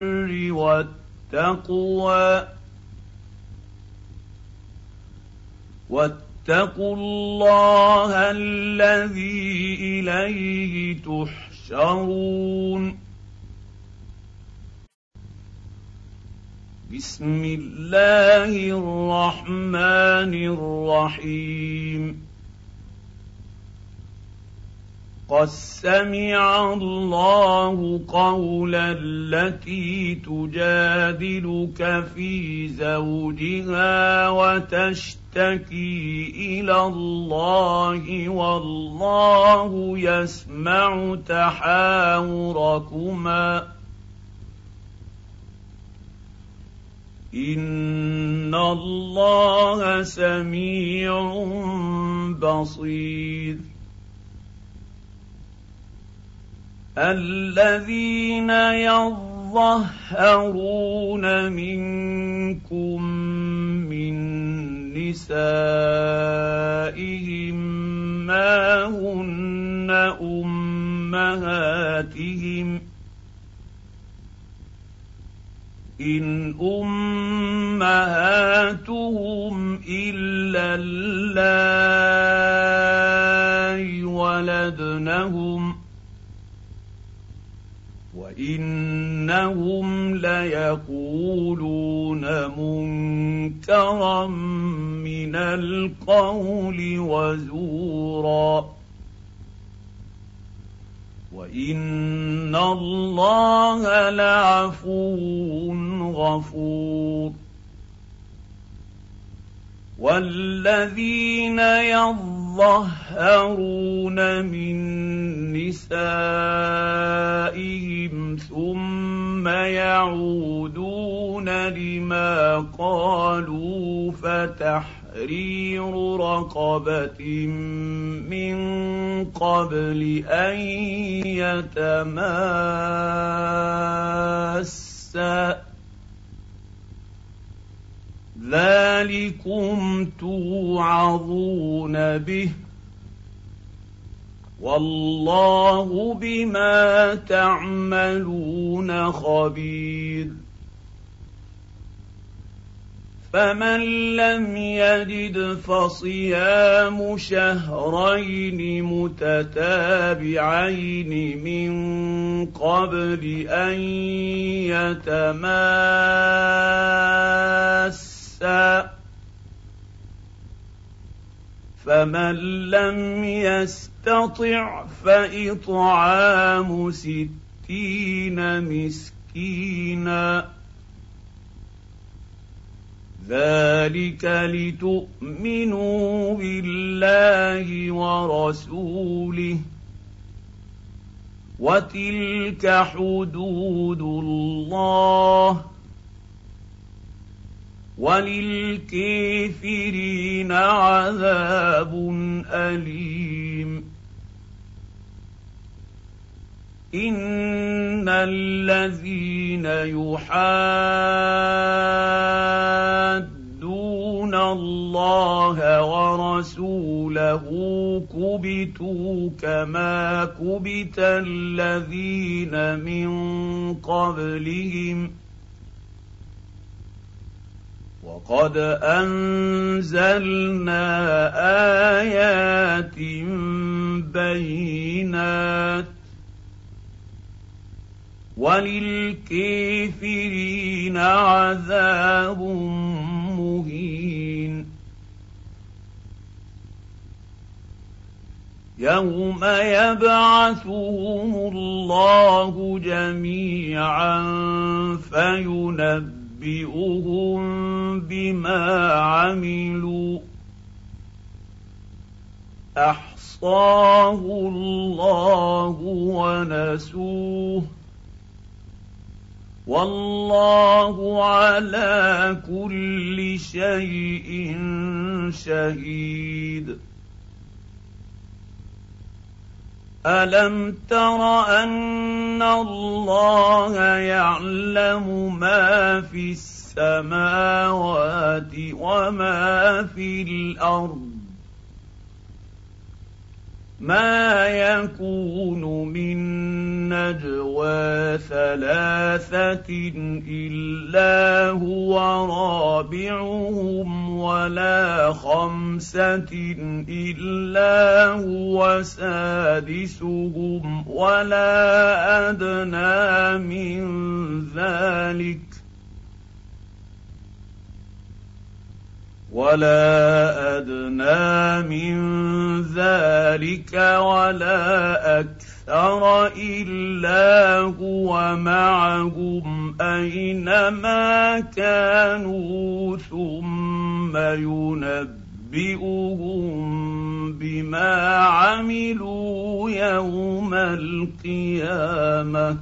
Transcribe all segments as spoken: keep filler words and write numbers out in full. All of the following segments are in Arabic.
والتقوى واتقوا الله الذي إليه تحشرون. بسم الله الرحمن الرحيم. قد سمع الله قول التي تجادلك في زوجها وتشتكي إلى الله والله يسمع تحاوركما إن الله سميع بصير. الذين يظهرون منكم من نسائهم ما هن أمهاتهم إن أمهاتهم إلا اللائي ولدنهم وإنهم ليقولون منكرا من القول وزورا وإن الله لعفو غفور. والذين يظهرون من نسائهم ثم يعودون لما قالوا فتحرير رقبة من قبل أن يتماسا ذلكم توعظون به والله بما تعملون خبير. فمن لم يجد فصيام شهرين متتابعين من قبل أن يتماسا فمن لم يستطع فإطعام ستين مسكينا ذلك لتؤمنوا بالله ورسوله وتلك حدود الله وللكافرين عذاب أليم. إن الذين يحادون الله ورسوله كبتوا كما كبت الذين من قبلهم وقد أنزلنا آيات بينات وللكافرين عذاب مهين. يوم يبعثهم الله جميعا فينبئهم بما عملوا أحصاه الله ونسوه والله على كل شيء شهيد. ألم تر أن الله يعلم ما في السماوات وما في الأرض ما يكون من نجوى ثلاثة إلا هو رابعهم ولا خمسة إلا هو سادسهم ولا أدنى من ذلك ولا أدنى من ذلك ولا أكثر إلا هو معهم أينما كانوا ثم ينبئهم بما عملوا يوم القيامة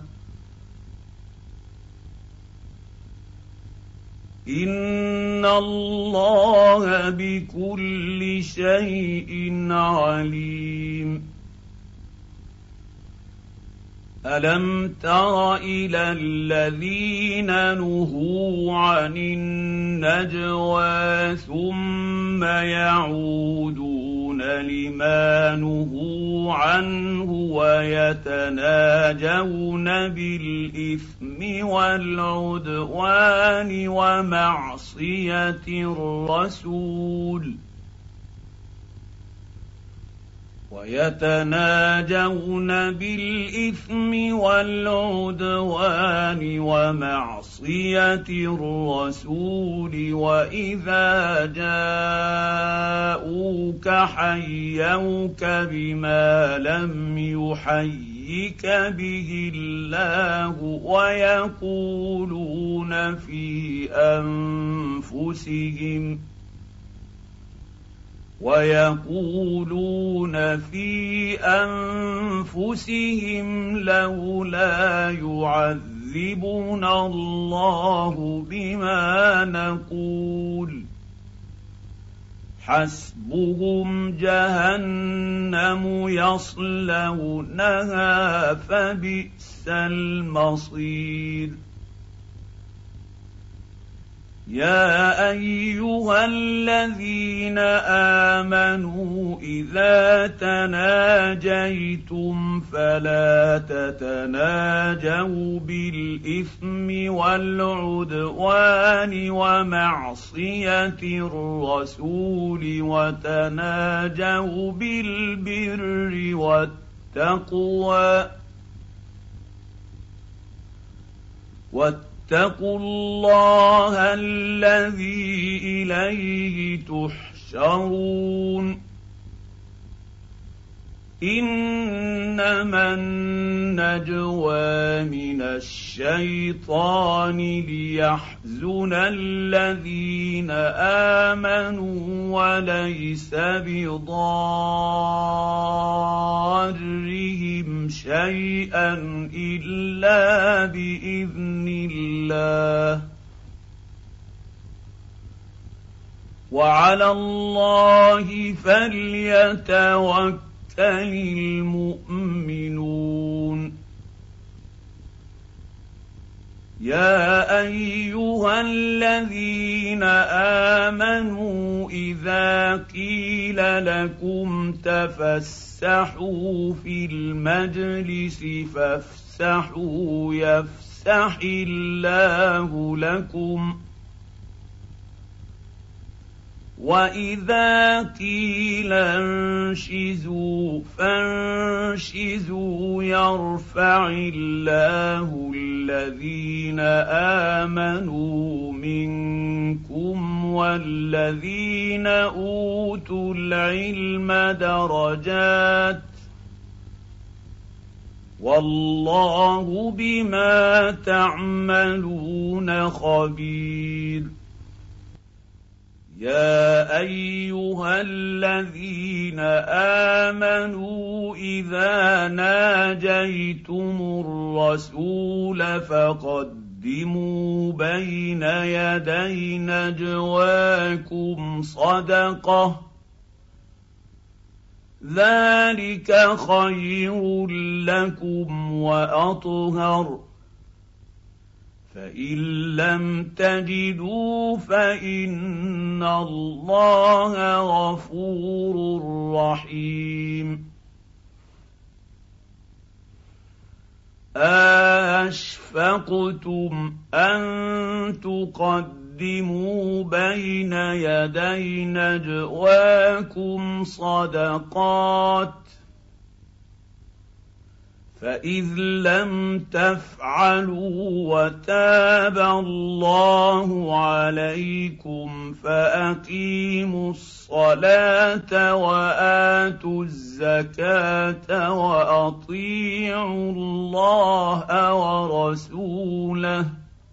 إن الله بكل شيء عليم ألم تر إلى الذين نهوا عن النجوى ثم يعودون لما نهوا عنه ويتناجون بالإثم والعدوان ومعصية الرسول ويتناجون بالإثم والعدوان ومعصية الرسول وإذا جاءوك حيوك بما لم يحيك به الله ويقولون في أنفسهم ويقولون في أنفسهم لولا يعذبنا الله بما نقول حسبهم جهنم يصلونها فبئس المصير يا أيها الذين آمنوا إذا تناجيتم فلا تتناجوا بالإثم والعدوان ومعصية الرسول وتناجوا بالبر والتقوى واتقوا الله الذي إليه تحشرون إنما النجوى من الشيطان ليحزن الذين آمنوا وليس بضارهم شيئا إلا بإذن الله وعلى الله فليتوكل المؤمنون يا أيها الذين آمنوا إذا قيل لكم تفسحوا في المجلس فافسحوا يفسح الله لكم وإذا قيل انشزوا فانشزوا يرفع الله الذين آمنوا منكم والذين أوتوا العلم درجات والله بما تعملون خبير يا أيها الذين آمنوا إذا ناجيتم الرسول فقدموا بين يدي نجواكم صدقة ذلك خير لكم وأطهر فإن لم تجدوا فإن الله غفور رحيم أَأَشْفَقْتُمْ أَن تُقَدِّمُوا بَيْنَ يَدَيْ نَجْوَاكُمْ صَدَقَاتٍ فَإِذْ لَمْ تَفْعَلُوا وَتَابَ اللَّهُ عَلَيْكُمْ فَأَقِيمُوا الصَّلَاةَ وَآتُوا الزَّكَاةَ وَأَطِيعُوا اللَّهَ وَرَسُولَهُ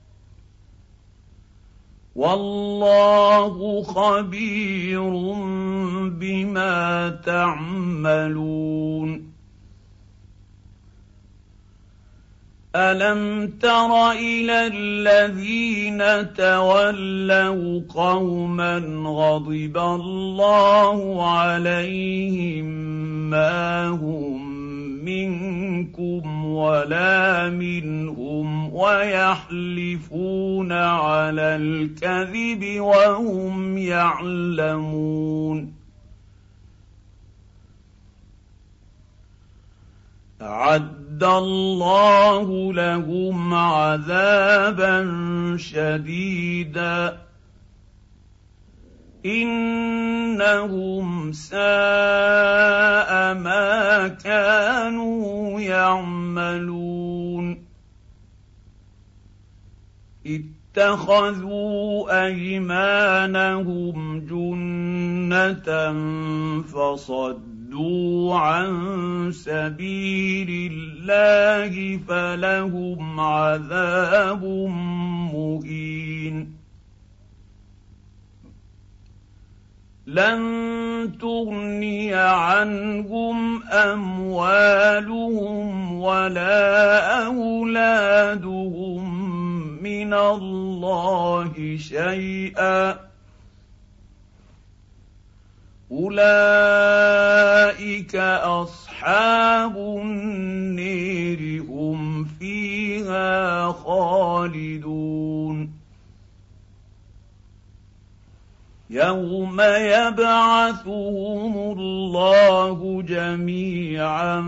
وَاللَّهُ خَبِيرٌ بِمَا تَعْمَلُونَ أَلَمْ تَرَ إِلَى الَّذِينَ تَوَلَّوْا قَوْمًا غَضِبَ اللَّهُ عَلَيْهِم مَّا هُم مِّنكُمْ وَلَا مِنْهُمْ وَيَحْلِفُونَ عَلَى الْكَذِبِ وَهُمْ يَعْلَمُونَ أَعَدَّ اللَّهُ لَهُمْ عَذَابًا شَدِيدًا إِنَّهُمْ سَاءَ مَا كَانُوا يَعْمَلُونَ اتَّخَذُوا أَيْمَانَهُمْ جُنَّةً فَصَدُّوا عَن سَبِيلِ اللَّهِ فَلَهُمْ عَذَابٌ مُّهِينٌ لَن تُغْنِيَ عَنْهُمْ أَمْوَالُهُمْ وَلَا أَوْلَادُهُم مِّنَ اللَّهِ شَيْئًا أُولَٰئِكَ أَصْحَابُ النِّيرِ هُمْ فِيهَا خَالِدُونَ يَوْمَ يَبْعَثُهُمُ اللَّهُ جَمِيعًا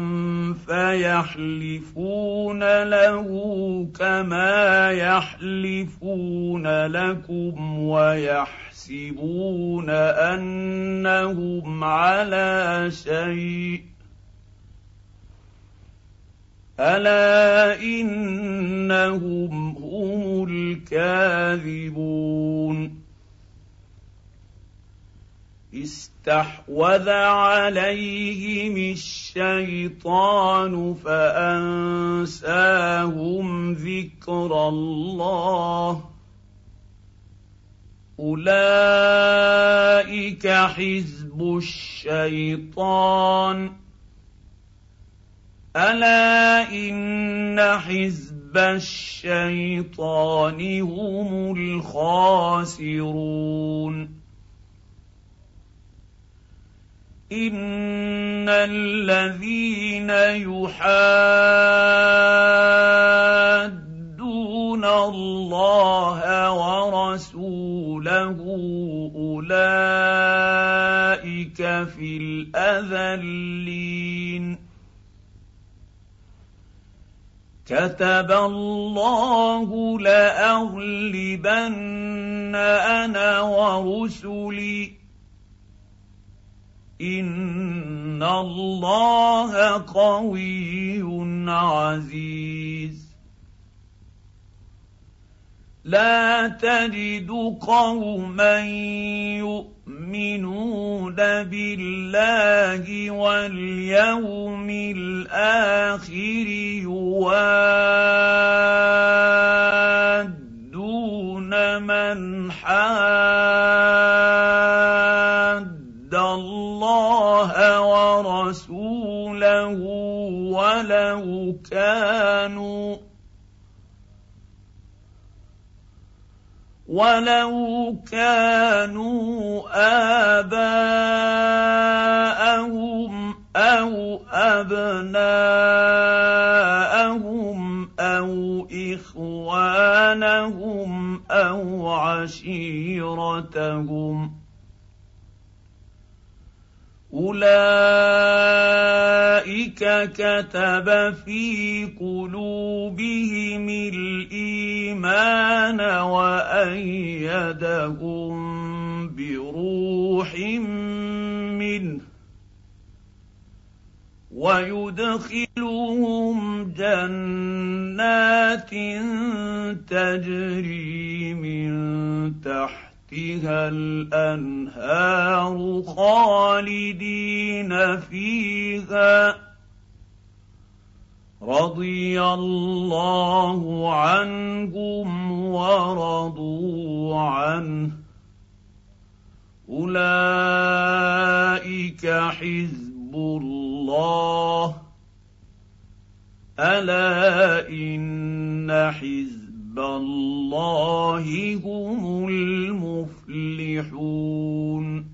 فَيَحْلِفُونَ لَهُ كَمَا يَحْلِفُونَ لَكُمْ وَيَحْسَبُونَ أَنَّهُمْ عَلَىٰ شَيْءٍ أَلَا إِنَّهُمْ هُمُ الْكَاذِبُونَ اسْتَحْوَذَ عَلَيْهِمِ الشَّيْطَانُ فَأَنسَاهُمْ ذِكْرَ اللَّهِ أُولَٰئِكَ حِزْبُ الشَّيْطَانِ أَلَا إِنَّ حِزْبَ الشَّيْطَانِ هُمُ الْخَاسِرُونَ إِنَّ الَّذِينَ يُحَادُّونَ اللَّهَ وَرَسُولَهُ أُولَٰئِكَ فِي الْأَذَلِّينَ كَتَبَ اللَّهُ لَأَغْلِبَنَّ أَنَا وَرُسُلِي إِنَّ اللَّهَ قَوِيٌّ عَزِيزٌ لَا تَجِدُ قَوْمًا يُؤْمِنُونَ بِاللَّهِ وَالْيَوْمِ الْآخِرِ يُوَادُّونَ مَنْ حَادَّ اللَّهَ وَرَسُولَهُ وَلَوْ كَانُوا وَلَوْ كَانُوا آبَاءَهُمْ أَوْ أَبْنَاءَهُمْ أَوْ إِخْوَانَهُمْ أَوْ عَشِيرَتَهُمْ أُولَٰئِكَ اولئك كتب في قلوبهم الايمان وايدهم بروح منه ويدخلهم جنات تجري من تحتها الانهار خالدين فيها رضي الله عنهم ورضوا عنه اولئك حزب الله الا ان حزب الله هم المفلحون